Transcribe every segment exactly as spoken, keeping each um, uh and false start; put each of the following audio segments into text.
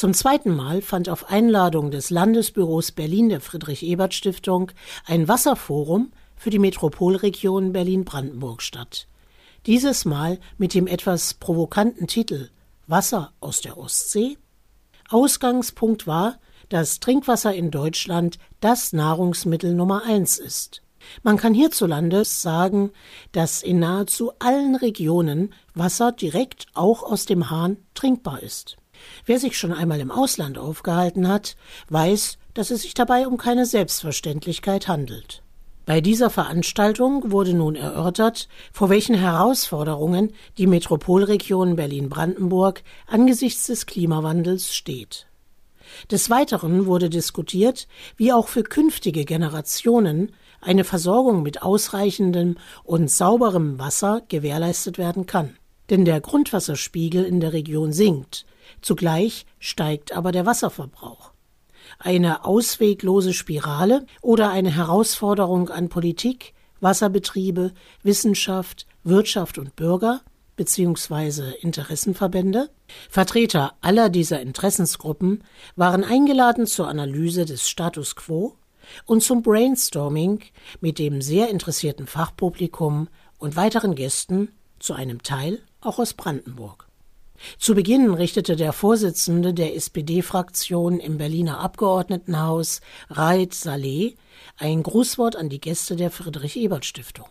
Zum zweiten Mal fand auf Einladung des Landesbüros Berlin der Friedrich-Ebert-Stiftung ein Wasserforum für die Metropolregion Berlin-Brandenburg statt. Dieses Mal mit dem etwas provokanten Titel »Wasser aus der Ostsee?« Ausgangspunkt war, dass Trinkwasser in Deutschland das Nahrungsmittel Nummer eins ist. Man kann hierzulande sagen, dass in nahezu allen Regionen Wasser direkt auch aus dem Hahn trinkbar ist. Wer sich schon einmal im Ausland aufgehalten hat, weiß, dass es sich dabei um keine Selbstverständlichkeit handelt. Bei dieser Veranstaltung wurde nun erörtert, vor welchen Herausforderungen die Metropolregion Berlin-Brandenburg angesichts des Klimawandels steht. Des Weiteren wurde diskutiert, wie auch für künftige Generationen eine Versorgung mit ausreichendem und sauberem Wasser gewährleistet werden kann. Denn der Grundwasserspiegel in der Region sinkt, zugleich steigt aber der Wasserverbrauch. Eine ausweglose Spirale oder eine Herausforderung an Politik, Wasserbetriebe, Wissenschaft, Wirtschaft und Bürger bzw. Interessenverbände? Vertreter aller dieser Interessensgruppen waren eingeladen zur Analyse des Status quo und zum Brainstorming mit dem sehr interessierten Fachpublikum und weiteren Gästen, zu einem Teil auch aus Brandenburg. Zu Beginn richtete der Vorsitzende der S P D-Fraktion im Berliner Abgeordnetenhaus, Raed Saleh, ein Grußwort an die Gäste der Friedrich-Ebert-Stiftung.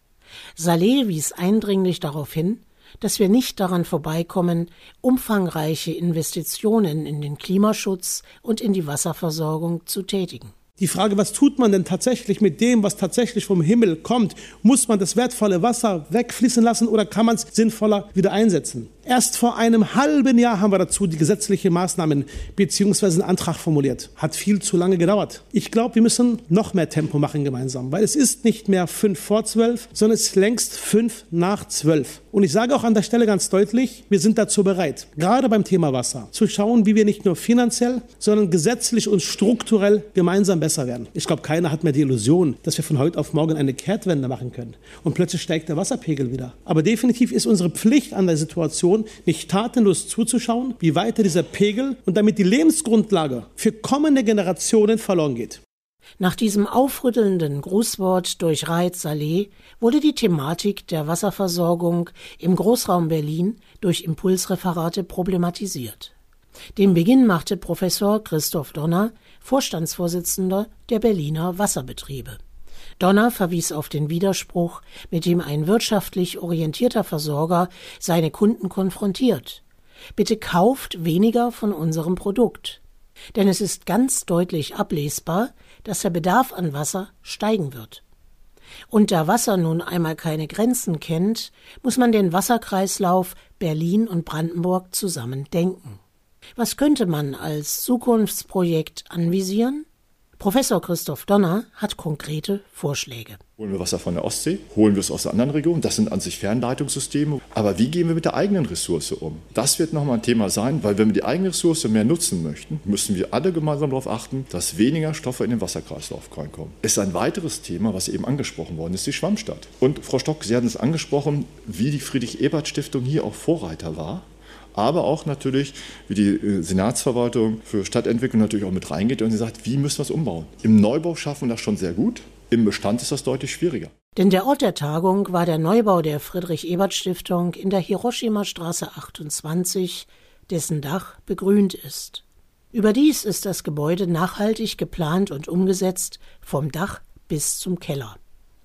Saleh wies eindringlich darauf hin, dass wir nicht daran vorbeikommen, umfangreiche Investitionen in den Klimaschutz und in die Wasserversorgung zu tätigen. Die Frage, was tut man denn tatsächlich mit dem, was tatsächlich vom Himmel kommt? Muss man das wertvolle Wasser wegfließen lassen oder kann man es sinnvoller wieder einsetzen? Erst vor einem halben Jahr haben wir dazu die gesetzliche Maßnahmen bzw. einen Antrag formuliert. Hat viel zu lange gedauert. Ich glaube, wir müssen noch mehr Tempo machen gemeinsam, weil es ist nicht mehr fünf vor zwölf, sondern es ist längst fünf nach zwölf. Und ich sage auch an der Stelle ganz deutlich, wir sind dazu bereit, gerade beim Thema Wasser, zu schauen, wie wir nicht nur finanziell, sondern gesetzlich und strukturell gemeinsam besser werden. Ich glaube, keiner hat mehr die Illusion, dass wir von heute auf morgen eine Kehrtwende machen können. Und plötzlich steigt der Wasserpegel wieder. Aber definitiv ist unsere Pflicht an der Situation, nicht tatenlos zuzuschauen, wie weiter dieser Pegel und damit die Lebensgrundlage für kommende Generationen verloren geht. Nach diesem aufrüttelnden Grußwort durch Raed Saleh wurde die Thematik der Wasserversorgung im Großraum Berlin durch Impulsreferate problematisiert. Den Beginn machte Professor Christoph Donner, Vorstandsvorsitzender der Berliner Wasserbetriebe. Donner verwies auf den Widerspruch, mit dem ein wirtschaftlich orientierter Versorger seine Kunden konfrontiert. Bitte kauft weniger von unserem Produkt. Denn es ist ganz deutlich ablesbar, dass der Bedarf an Wasser steigen wird. Und da Wasser nun einmal keine Grenzen kennt, muss man den Wasserkreislauf Berlin und Brandenburg zusammen denken. Was könnte man als Zukunftsprojekt anvisieren? Professor Christoph Donner hat konkrete Vorschläge. Holen wir Wasser von der Ostsee, holen wir es aus der anderen Region, das sind an sich Fernleitungssysteme. Aber wie gehen wir mit der eigenen Ressource um? Das wird nochmal ein Thema sein, weil wenn wir die eigene Ressource mehr nutzen möchten, müssen wir alle gemeinsam darauf achten, dass weniger Stoffe in den Wasserkreislauf reinkommen. Es ist ein weiteres Thema, was eben angesprochen worden ist, die Schwammstadt. Und Frau Stock, Sie hatten es angesprochen, wie die Friedrich-Ebert-Stiftung hier auch Vorreiter war. Aber auch natürlich, wie die Senatsverwaltung für Stadtentwicklung natürlich auch mit reingeht und sie sagt, wie müssen wir es umbauen? Im Neubau schaffen wir das schon sehr gut, im Bestand ist das deutlich schwieriger. Denn der Ort der Tagung war der Neubau der Friedrich-Ebert-Stiftung in der Hiroshima-Straße achtundzwanzig, dessen Dach begrünt ist. Überdies ist das Gebäude nachhaltig geplant und umgesetzt, vom Dach bis zum Keller.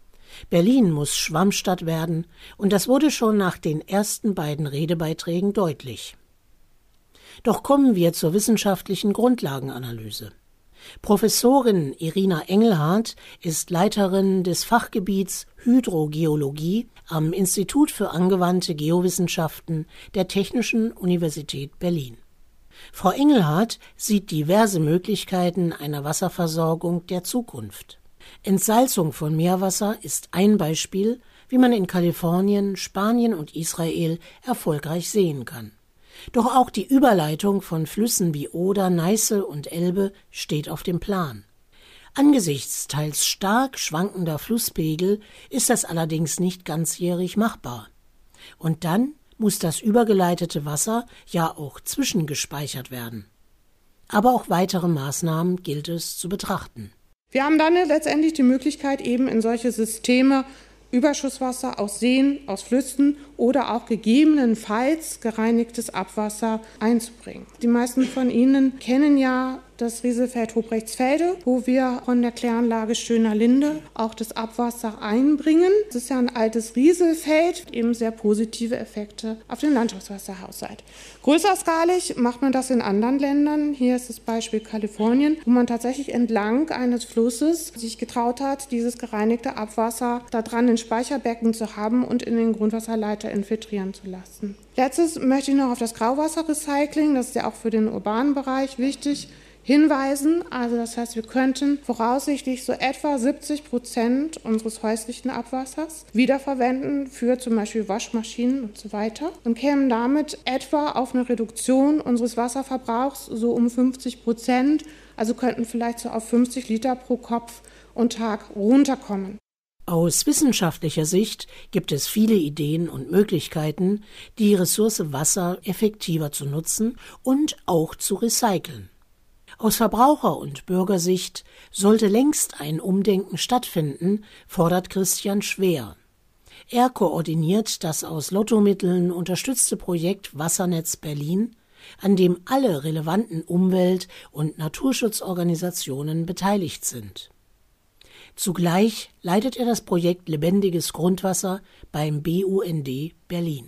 Berlin muss Schwammstadt werden, und das wurde schon nach den ersten beiden Redebeiträgen deutlich. Doch kommen wir zur wissenschaftlichen Grundlagenanalyse. Professorin Irina Engelhardt ist Leiterin des Fachgebiets Hydrogeologie am Institut für angewandte Geowissenschaften der Technischen Universität Berlin. Frau Engelhardt sieht diverse Möglichkeiten einer Wasserversorgung der Zukunft. Entsalzung von Meerwasser ist ein Beispiel, wie man in Kalifornien, Spanien und Israel erfolgreich sehen kann. Doch auch die Überleitung von Flüssen wie Oder, Neiße und Elbe steht auf dem Plan. Angesichts teils stark schwankender Flusspegel ist das allerdings nicht ganzjährig machbar. Und dann muss das übergeleitete Wasser ja auch zwischengespeichert werden. Aber auch weitere Maßnahmen gilt es zu betrachten. Wir haben dann letztendlich die Möglichkeit, eben in solche Systeme Überschusswasser aus Seen, aus Flüssen oder auch gegebenenfalls gereinigtes Abwasser einzubringen. Die meisten von Ihnen kennen ja das Rieselfeld Hobrechtsfelde, wo wir von der Kläranlage Schöner Linde auch das Abwasser einbringen. Das ist ja ein altes Rieselfeld, eben sehr positive Effekte auf den Landschaftswasserhaushalt. Größerskalig macht man das in anderen Ländern. Hier ist das Beispiel Kalifornien, wo man tatsächlich entlang eines Flusses sich getraut hat, dieses gereinigte Abwasser da dran in Speicherbecken zu haben und in den Grundwasserleiter infiltrieren zu lassen. Letztes möchte ich noch auf das Grauwasserrecycling, das ist ja auch für den urbanen Bereich wichtig, hinweisen. Also das heißt, wir könnten voraussichtlich so etwa siebzig Prozent unseres häuslichen Abwassers wiederverwenden für zum Beispiel Waschmaschinen und so weiter und kämen damit etwa auf eine Reduktion unseres Wasserverbrauchs so um fünfzig Prozent, also könnten vielleicht so auf fünfzig Liter pro Kopf und Tag runterkommen. Aus wissenschaftlicher Sicht gibt es viele Ideen und Möglichkeiten, die Ressource Wasser effektiver zu nutzen und auch zu recyceln. Aus Verbraucher- und Bürgersicht sollte längst ein Umdenken stattfinden, fordert Christian Schwer. Er koordiniert das aus Lottomitteln unterstützte Projekt Wassernetz Berlin, an dem alle relevanten Umwelt- und Naturschutzorganisationen beteiligt sind. Zugleich leitet er das Projekt Lebendiges Grundwasser beim B U N D Berlin.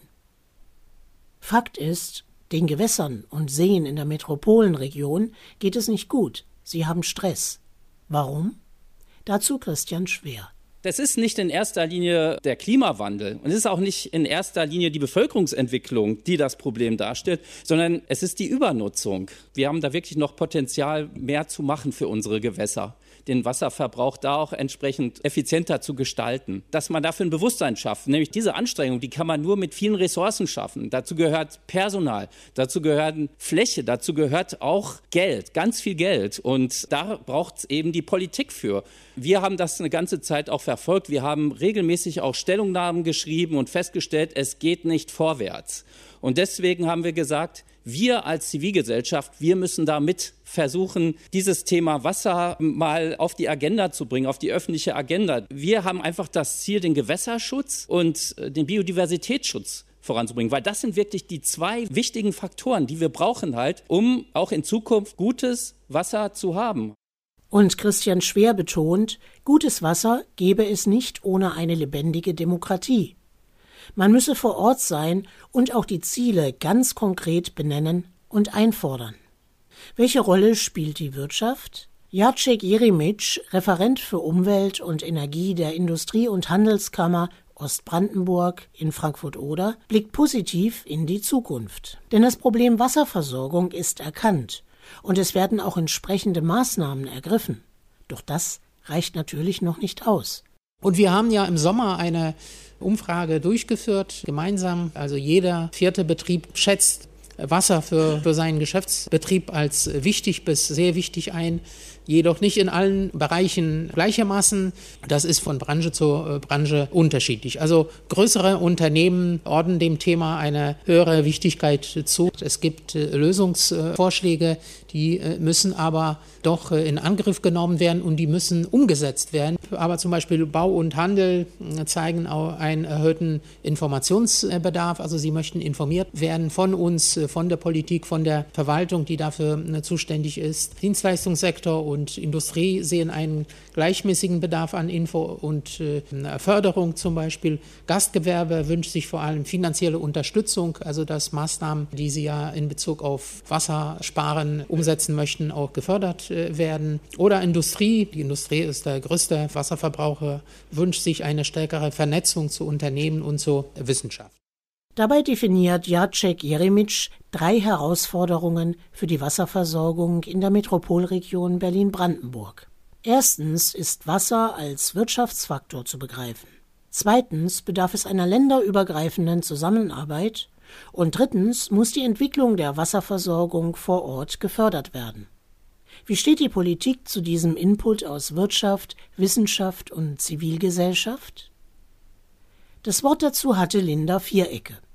Fakt ist, den Gewässern und Seen in der Metropolenregion geht es nicht gut. Sie haben Stress. Warum? Dazu Christian Schwer. Das ist nicht in erster Linie der Klimawandel und es ist auch nicht in erster Linie die Bevölkerungsentwicklung, die das Problem darstellt, sondern es ist die Übernutzung. Wir haben da wirklich noch Potenzial, mehr zu machen für unsere Gewässer. Den Wasserverbrauch da auch entsprechend effizienter zu gestalten. Dass man dafür ein Bewusstsein schafft, nämlich diese Anstrengung, die kann man nur mit vielen Ressourcen schaffen. Dazu gehört Personal, dazu gehört Fläche, dazu gehört auch Geld, ganz viel Geld. Und da braucht es eben die Politik für. Wir haben das eine ganze Zeit auch verfolgt. Wir haben regelmäßig auch Stellungnahmen geschrieben und festgestellt, es geht nicht vorwärts. Und deswegen haben wir gesagt, wir als Zivilgesellschaft, wir müssen da mit versuchen, dieses Thema Wasser mal auf die Agenda zu bringen, auf die öffentliche Agenda. Wir haben einfach das Ziel, den Gewässerschutz und den Biodiversitätsschutz voranzubringen, weil das sind wirklich die zwei wichtigen Faktoren, die wir brauchen halt, um auch in Zukunft gutes Wasser zu haben. Und Christian Schwer betont, gutes Wasser gebe es nicht ohne eine lebendige Demokratie. Man müsse vor Ort sein und auch die Ziele ganz konkret benennen und einfordern. Welche Rolle spielt die Wirtschaft? Jacek Jeremic, Referent für Umwelt und Energie der Industrie- und Handelskammer Ostbrandenburg in Frankfurt-Oder, blickt positiv in die Zukunft. Denn das Problem Wasserversorgung ist erkannt und es werden auch entsprechende Maßnahmen ergriffen. Doch das reicht natürlich noch nicht aus. Und wir haben ja im Sommer eine Umfrage durchgeführt, gemeinsam. Also jeder vierte Betrieb schätzt Wasser für, für seinen Geschäftsbetrieb als wichtig bis sehr wichtig ein. Jedoch nicht in allen Bereichen gleichermaßen. Das ist von Branche zu Branche unterschiedlich. Also größere Unternehmen ordnen dem Thema eine höhere Wichtigkeit zu. Es gibt Lösungsvorschläge, die müssen aber doch in Angriff genommen werden und die müssen umgesetzt werden. Aber zum Beispiel Bau und Handel zeigen auch einen erhöhten Informationsbedarf. Also sie möchten informiert werden von uns, von der Politik, von der Verwaltung, die dafür zuständig ist. Dienstleistungssektor und Industrie sehen einen gleichmäßigen Bedarf an Info und äh, Förderung zum Beispiel. Gastgewerbe wünscht sich vor allem finanzielle Unterstützung, also dass Maßnahmen, die sie ja in Bezug auf Wassersparen umsetzen möchten, auch gefördert äh, werden. Oder Industrie, die Industrie ist der größte Wasserverbraucher, wünscht sich eine stärkere Vernetzung zu Unternehmen und zur Wissenschaft. Dabei definiert Jacek Jeremic drei Herausforderungen für die Wasserversorgung in der Metropolregion Berlin-Brandenburg. Erstens ist Wasser als Wirtschaftsfaktor zu begreifen. Zweitens bedarf es einer länderübergreifenden Zusammenarbeit. Und drittens muss die Entwicklung der Wasserversorgung vor Ort gefördert werden. Wie steht die Politik zu diesem Input aus Wirtschaft, Wissenschaft und Zivilgesellschaft? Das Wort dazu hatte Linda Vierecke.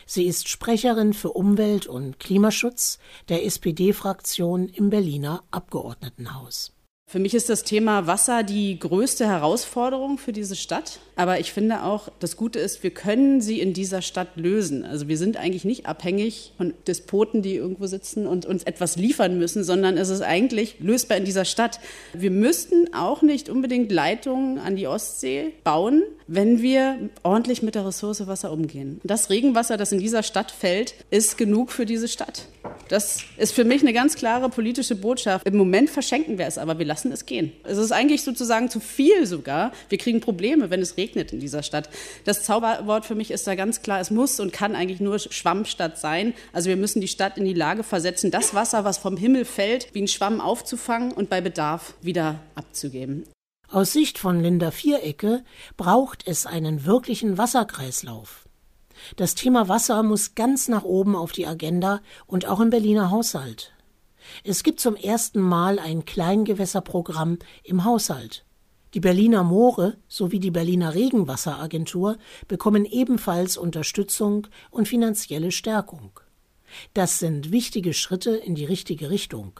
Sie ist Sprecherin für Umwelt- und Klimaschutz der S P D-Fraktion im Berliner Abgeordnetenhaus. Für mich ist das Thema Wasser die größte Herausforderung für diese Stadt. Aber ich finde auch, das Gute ist, wir können sie in dieser Stadt lösen. Also wir sind eigentlich nicht abhängig von Despoten, die irgendwo sitzen und uns etwas liefern müssen, sondern es ist eigentlich lösbar in dieser Stadt. Wir müssten auch nicht unbedingt Leitungen an die Ostsee bauen, wenn wir ordentlich mit der Ressource Wasser umgehen. Das Regenwasser, das in dieser Stadt fällt, ist genug für diese Stadt. Das ist für mich eine ganz klare politische Botschaft. Im Moment verschenken wir es, aber wir lassen es gehen. Es ist eigentlich sozusagen zu viel sogar. Wir kriegen Probleme, wenn es regnet in dieser Stadt. Das Zauberwort für mich ist da ganz klar, es muss und kann eigentlich nur Schwammstadt sein. Also wir müssen die Stadt in die Lage versetzen, das Wasser, was vom Himmel fällt, wie ein Schwamm aufzufangen und bei Bedarf wieder abzugeben. Aus Sicht von Linda Vierecke braucht es einen wirklichen Wasserkreislauf. Das Thema Wasser muss ganz nach oben auf die Agenda und auch im Berliner Haushalt. Es gibt zum ersten Mal ein Kleingewässerprogramm im Haushalt. Die Berliner Moore sowie die Berliner Regenwasseragentur bekommen ebenfalls Unterstützung und finanzielle Stärkung. Das sind wichtige Schritte in die richtige Richtung.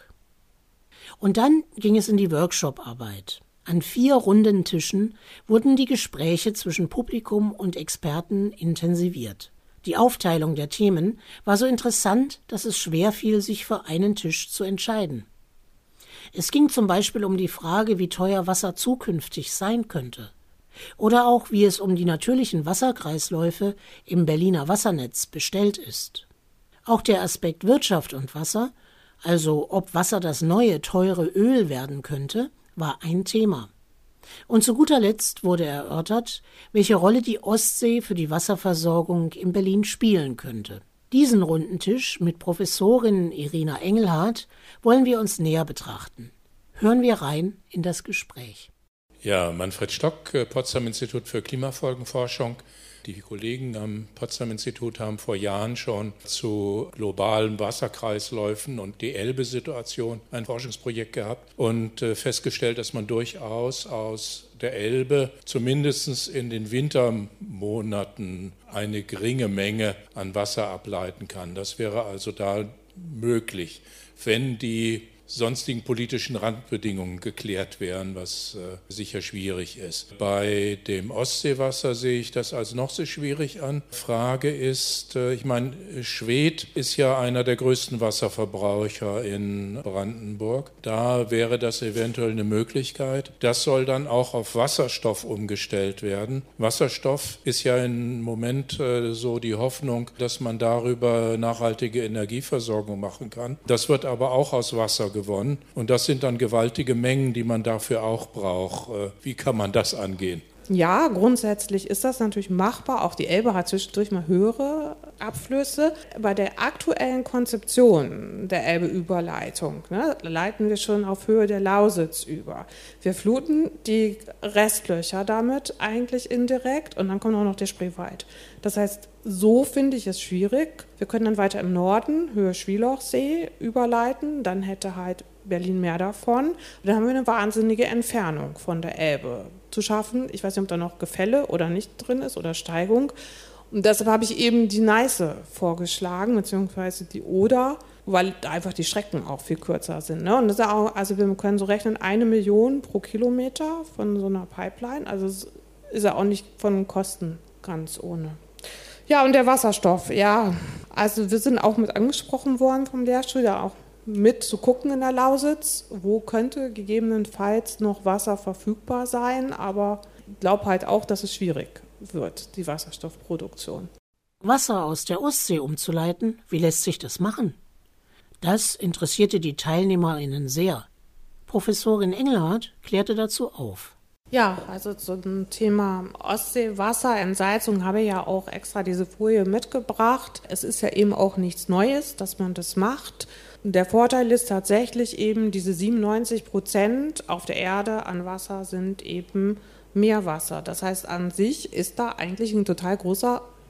Und dann ging es in die Workshop-Arbeit. An vier runden Tischen wurden die Gespräche zwischen Publikum und Experten intensiviert. Die Aufteilung der Themen war so interessant, dass es schwer fiel, sich für einen Tisch zu entscheiden. Es ging zum Beispiel um die Frage, wie teuer Wasser zukünftig sein könnte. Oder auch, wie es um die natürlichen Wasserkreisläufe im Berliner Wassernetz bestellt ist. Auch der Aspekt Wirtschaft und Wasser, also ob Wasser das neue, teure Öl werden könnte, war ein Thema. Und zu guter Letzt wurde erörtert, welche Rolle die Ostsee für die Wasserversorgung in Berlin spielen könnte. Diesen runden Tisch mit Professorin Irina Engelhardt wollen wir uns näher betrachten. Hören wir rein in das Gespräch. Ja, Manfred Stock, Potsdam Institut für Klimafolgenforschung. Die Kollegen am Potsdam-Institut haben vor Jahren schon zu globalen Wasserkreisläufen und die Elbe-Situation ein Forschungsprojekt gehabt und festgestellt, dass man durchaus aus der Elbe zumindest in den Wintermonaten eine geringe Menge an Wasser ableiten kann. Das wäre also da möglich, wenn die sonstigen politischen Randbedingungen geklärt werden, was äh, sicher schwierig ist. Bei dem Ostseewasser sehe ich das als noch so schwierig an. Frage ist, äh, ich meine, Schwedt ist ja einer der größten Wasserverbraucher in Brandenburg. Da wäre das eventuell eine Möglichkeit. Das soll dann auch auf Wasserstoff umgestellt werden. Wasserstoff ist ja im Moment äh, so die Hoffnung, dass man darüber nachhaltige Energieversorgung machen kann. Das wird aber auch aus Wasser gewonnen. Und das sind dann gewaltige Mengen, die man dafür auch braucht. Wie kann man das angehen? Ja, grundsätzlich ist das natürlich machbar. Auch die Elbe hat zwischendurch mal höhere Abflüsse. Bei der aktuellen Konzeption der Elbe-Überleitung ne, leiten wir schon auf Höhe der Lausitz über. Wir fluten die Restlöcher damit eigentlich indirekt und dann kommt auch noch der Spreewald. Das heißt, so finde ich es schwierig. Wir können dann weiter im Norden, Höhe Schwielochsee, überleiten. Dann hätte halt Berlin mehr davon. Und dann haben wir eine wahnsinnige Entfernung von der Elbe zu schaffen. Ich weiß nicht, ob da noch Gefälle oder nicht drin ist oder Steigung. Und deshalb habe ich eben die Neiße vorgeschlagen, beziehungsweise die Oder, weil einfach die Strecken auch viel kürzer sind. Ne? Und das ist auch, also wir können so rechnen, eine Million pro Kilometer von so einer Pipeline. Also es ist ja auch nicht von Kosten ganz ohne. Ja, und der Wasserstoff, ja, also wir sind auch mit angesprochen worden vom Lehrstuhl, ja auch mit zu gucken in der Lausitz, wo könnte gegebenenfalls noch Wasser verfügbar sein, aber ich glaube halt auch, dass es schwierig wird, die Wasserstoffproduktion. Wasser aus der Ostsee umzuleiten, wie lässt sich das machen? Das interessierte die TeilnehmerInnen sehr. Professorin Engelhardt klärte dazu auf. Ja, also zum Thema Ostseewasserentsalzung habe ich ja auch extra diese Folie mitgebracht. Es ist ja eben auch nichts Neues, dass man das macht. Der Vorteil ist tatsächlich eben, diese siebenundneunzig Prozent auf der Erde an Wasser sind eben Meerwasser. Das heißt, an sich ist da eigentlich ein total großer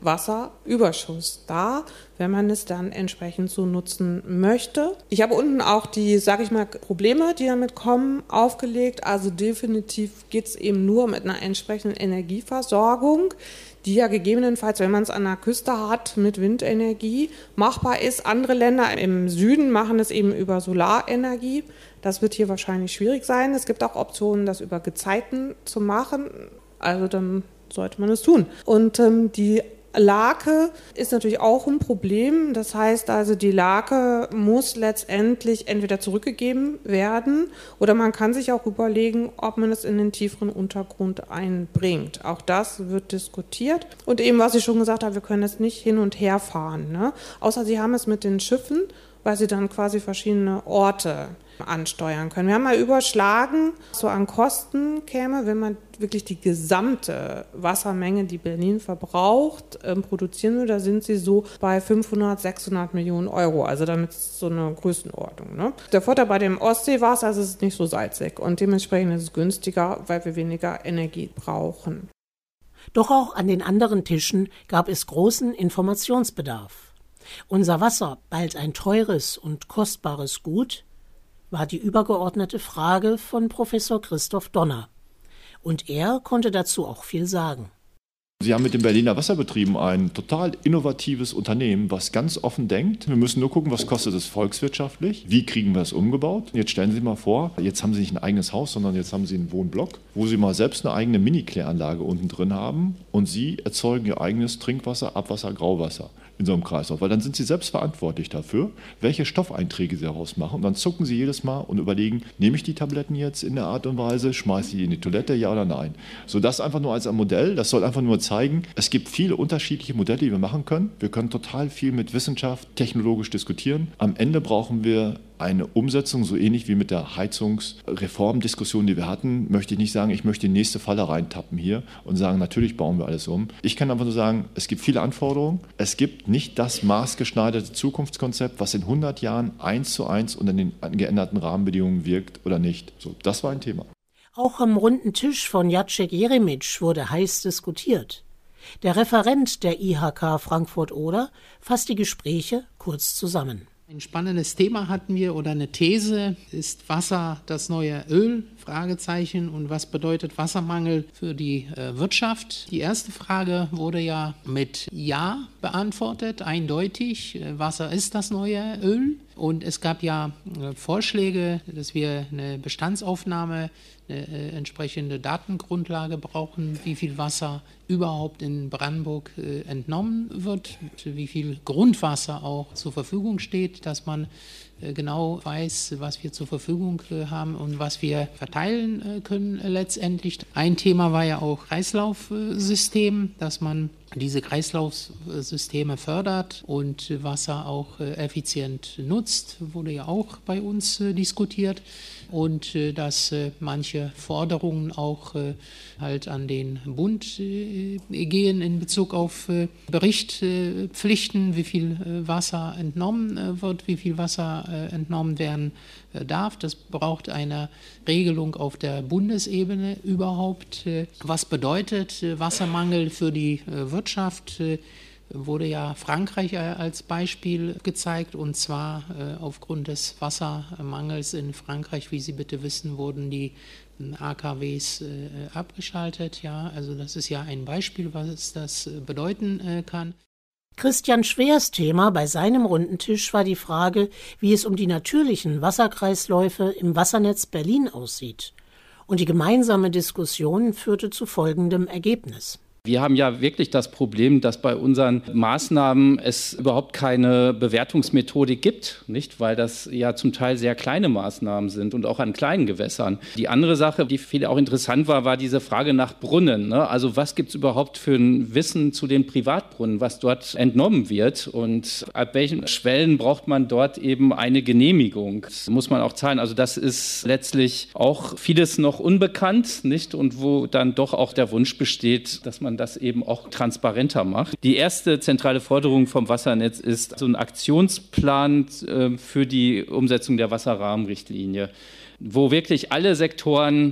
Wasserüberschuss da, wenn man es dann entsprechend so nutzen möchte. Ich habe unten auch die, sage ich mal, Probleme, die damit kommen, aufgelegt. Also definitiv geht es eben nur mit einer entsprechenden Energieversorgung, die ja gegebenenfalls, wenn man es an der Küste hat, mit Windenergie machbar ist. Andere Länder im Süden machen es eben über Solarenergie. Das wird hier wahrscheinlich schwierig sein. Es gibt auch Optionen, das über Gezeiten zu machen. Also dann sollte man es tun. Und ähm, die Lake ist natürlich auch ein Problem. Das heißt also, die Lake muss letztendlich entweder zurückgegeben werden oder man kann sich auch überlegen, ob man es in den tieferen Untergrund einbringt. Auch das wird diskutiert. Und eben, was ich schon gesagt habe, wir können es nicht hin und her fahren, ne? Außer Sie haben es mit den Schiffen, weil sie dann quasi verschiedene Orte ansteuern können. Wir haben mal überschlagen, so an Kosten käme, wenn man wirklich die gesamte Wassermenge, die Berlin verbraucht, ähm, produzieren würde, da sind sie so bei fünfhundert, sechshundert Millionen Euro. Also damit ist so eine Größenordnung, ne? Der Vorteil bei dem Ostseewasser ist, es ist nicht so salzig und dementsprechend ist es günstiger, weil wir weniger Energie brauchen. Doch auch an den anderen Tischen gab es großen Informationsbedarf. Unser Wasser, bald ein teures und kostbares Gut, war die übergeordnete Frage von Professor Christoph Donner. Und er konnte dazu auch viel sagen. Sie haben mit den Berliner Wasserbetrieben ein total innovatives Unternehmen, was ganz offen denkt. Wir müssen nur gucken, was kostet es volkswirtschaftlich, wie kriegen wir es umgebaut. Jetzt stellen Sie sich mal vor, jetzt haben Sie nicht ein eigenes Haus, sondern jetzt haben Sie einen Wohnblock, wo Sie mal selbst eine eigene Mini-Kläranlage unten drin haben und Sie erzeugen Ihr eigenes Trinkwasser, Abwasser, Grauwasser in so einem Kreislauf, weil dann sind Sie selbst verantwortlich dafür, welche Stoffeinträge Sie daraus machen. Und dann zucken Sie jedes Mal und überlegen, nehme ich die Tabletten jetzt in der Art und Weise, schmeiße ich die in die Toilette, ja oder nein. So, das einfach nur als ein Modell, das soll einfach nur zeigen, es gibt viele unterschiedliche Modelle, die wir machen können. Wir können total viel mit Wissenschaft, technologisch diskutieren. Am Ende brauchen wir eine Umsetzung, so ähnlich wie mit der Heizungsreformdiskussion, die wir hatten, möchte ich nicht sagen, ich möchte die nächste Falle reintappen hier und sagen, natürlich bauen wir alles um. Ich kann einfach nur sagen, es gibt viele Anforderungen. Es gibt nicht das maßgeschneiderte Zukunftskonzept, was in hundert Jahren eins zu eins unter den geänderten Rahmenbedingungen wirkt oder nicht. So, das war ein Thema. Auch am runden Tisch von Jacek Jeremic wurde heiß diskutiert. Der Referent der I H K Frankfurt-Oder fasst die Gespräche kurz zusammen. Ein spannendes Thema hatten wir oder eine These: Ist Wasser das neue Öl? Fragezeichen. Und was bedeutet Wassermangel für die äh, Wirtschaft? Die erste Frage wurde ja mit Ja beantwortet, eindeutig. Äh, Wasser ist das neue Öl. Und es gab ja äh, Vorschläge, dass wir eine Bestandsaufnahme, eine äh, entsprechende Datengrundlage brauchen, wie viel Wasser überhaupt in Brandenburg äh, entnommen wird, wie viel Grundwasser auch zur Verfügung steht, dass man äh, genau weiß, was wir zur Verfügung äh, haben und was wir verteilen äh, können äh, letztendlich. Ein Thema war ja auch Kreislaufsystem, dass man diese Kreislaufsysteme fördert und Wasser auch äh, effizient nutzt, wurde ja auch bei uns äh, diskutiert. Und äh, dass äh, manche Forderungen auch äh, halt an den Bund äh, gehen in Bezug auf äh, Berichtspflichten, äh, wie viel äh, Wasser entnommen äh, wird, wie viel Wasser äh, entnommen werden äh, darf. Das braucht eine Regelung auf der Bundesebene überhaupt. Äh, was bedeutet äh, Wassermangel für die äh, Wirtschaft? Äh, wurde ja Frankreich als Beispiel gezeigt, und zwar äh, aufgrund des Wassermangels in Frankreich, wie Sie bitte wissen, wurden die A K Ws äh, abgeschaltet. Ja, also das ist ja ein Beispiel, was das bedeuten äh, kann. Christian Schwers Thema bei seinem runden Tisch war die Frage, wie es um die natürlichen Wasserkreisläufe im Wassernetz Berlin aussieht. Und die gemeinsame Diskussion führte zu folgendem Ergebnis. Wir haben ja wirklich das Problem, dass bei unseren Maßnahmen es überhaupt keine Bewertungsmethodik gibt, nicht? Weil das ja zum Teil sehr kleine Maßnahmen sind und auch an kleinen Gewässern. Die andere Sache, die viele auch interessant war, war diese Frage nach Brunnen, ne? Also was gibt es überhaupt für ein Wissen zu den Privatbrunnen, was dort entnommen wird und ab welchen Schwellen braucht man dort eben eine Genehmigung? Das muss man auch zahlen. Also das ist letztlich auch vieles noch unbekannt, nicht? Und wo dann doch auch der Wunsch besteht, dass man das eben auch transparenter macht. Die erste zentrale Forderung vom Wassernetz ist so ein Aktionsplan äh, für die Umsetzung der Wasserrahmenrichtlinie, wo wirklich alle Sektoren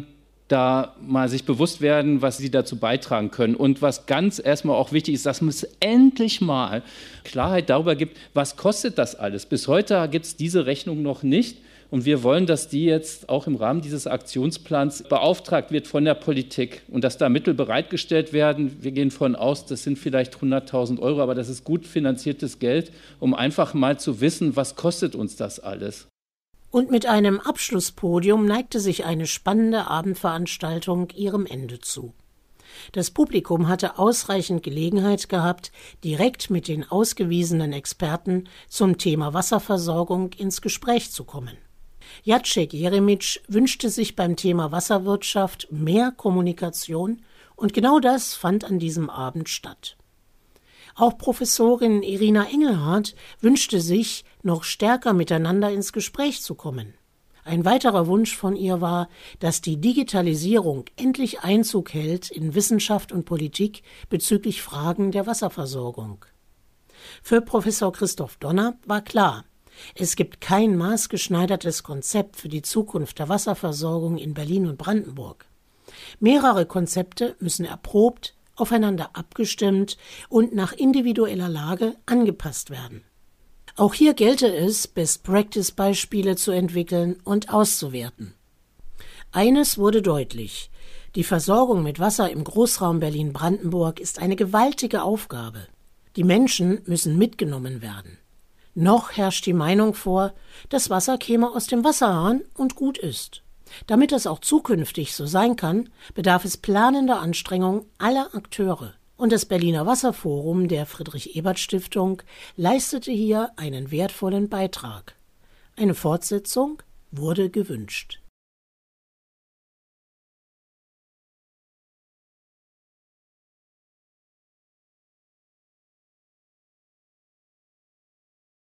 da mal sich bewusst werden, was sie dazu beitragen können. Und was ganz erstmal auch wichtig ist, dass es endlich mal Klarheit darüber gibt, was kostet das alles. Bis heute gibt es diese Rechnung noch nicht. Und wir wollen, dass die jetzt auch im Rahmen dieses Aktionsplans beauftragt wird von der Politik und dass da Mittel bereitgestellt werden. Wir gehen davon aus, das sind vielleicht hunderttausend Euro, aber das ist gut finanziertes Geld, um einfach mal zu wissen, was kostet uns das alles. Und mit einem Abschlusspodium neigte sich eine spannende Abendveranstaltung ihrem Ende zu. Das Publikum hatte ausreichend Gelegenheit gehabt, direkt mit den ausgewiesenen Experten zum Thema Wasserversorgung ins Gespräch zu kommen. Jacek Jeremic wünschte sich beim Thema Wasserwirtschaft mehr Kommunikation und genau das fand an diesem Abend statt. Auch Professorin Irina Engelhardt wünschte sich, noch stärker miteinander ins Gespräch zu kommen. Ein weiterer Wunsch von ihr war, dass die Digitalisierung endlich Einzug hält in Wissenschaft und Politik bezüglich Fragen der Wasserversorgung. Für Professor Christoph Donner war klar, es gibt kein maßgeschneidertes Konzept für die Zukunft der Wasserversorgung in Berlin und Brandenburg. Mehrere Konzepte müssen erprobt, aufeinander abgestimmt und nach individueller Lage angepasst werden. Auch hier gelte es, Best-Practice-Beispiele zu entwickeln und auszuwerten. Eines wurde deutlich: Die Versorgung mit Wasser im Großraum Berlin-Brandenburg ist eine gewaltige Aufgabe. Die Menschen müssen mitgenommen werden. Noch herrscht die Meinung vor, das Wasser käme aus dem Wasserhahn und gut ist. Damit das auch zukünftig so sein kann, bedarf es planender Anstrengungen aller Akteure. Und das Berliner Wasserforum der Friedrich-Ebert-Stiftung leistete hier einen wertvollen Beitrag. Eine Fortsetzung wurde gewünscht.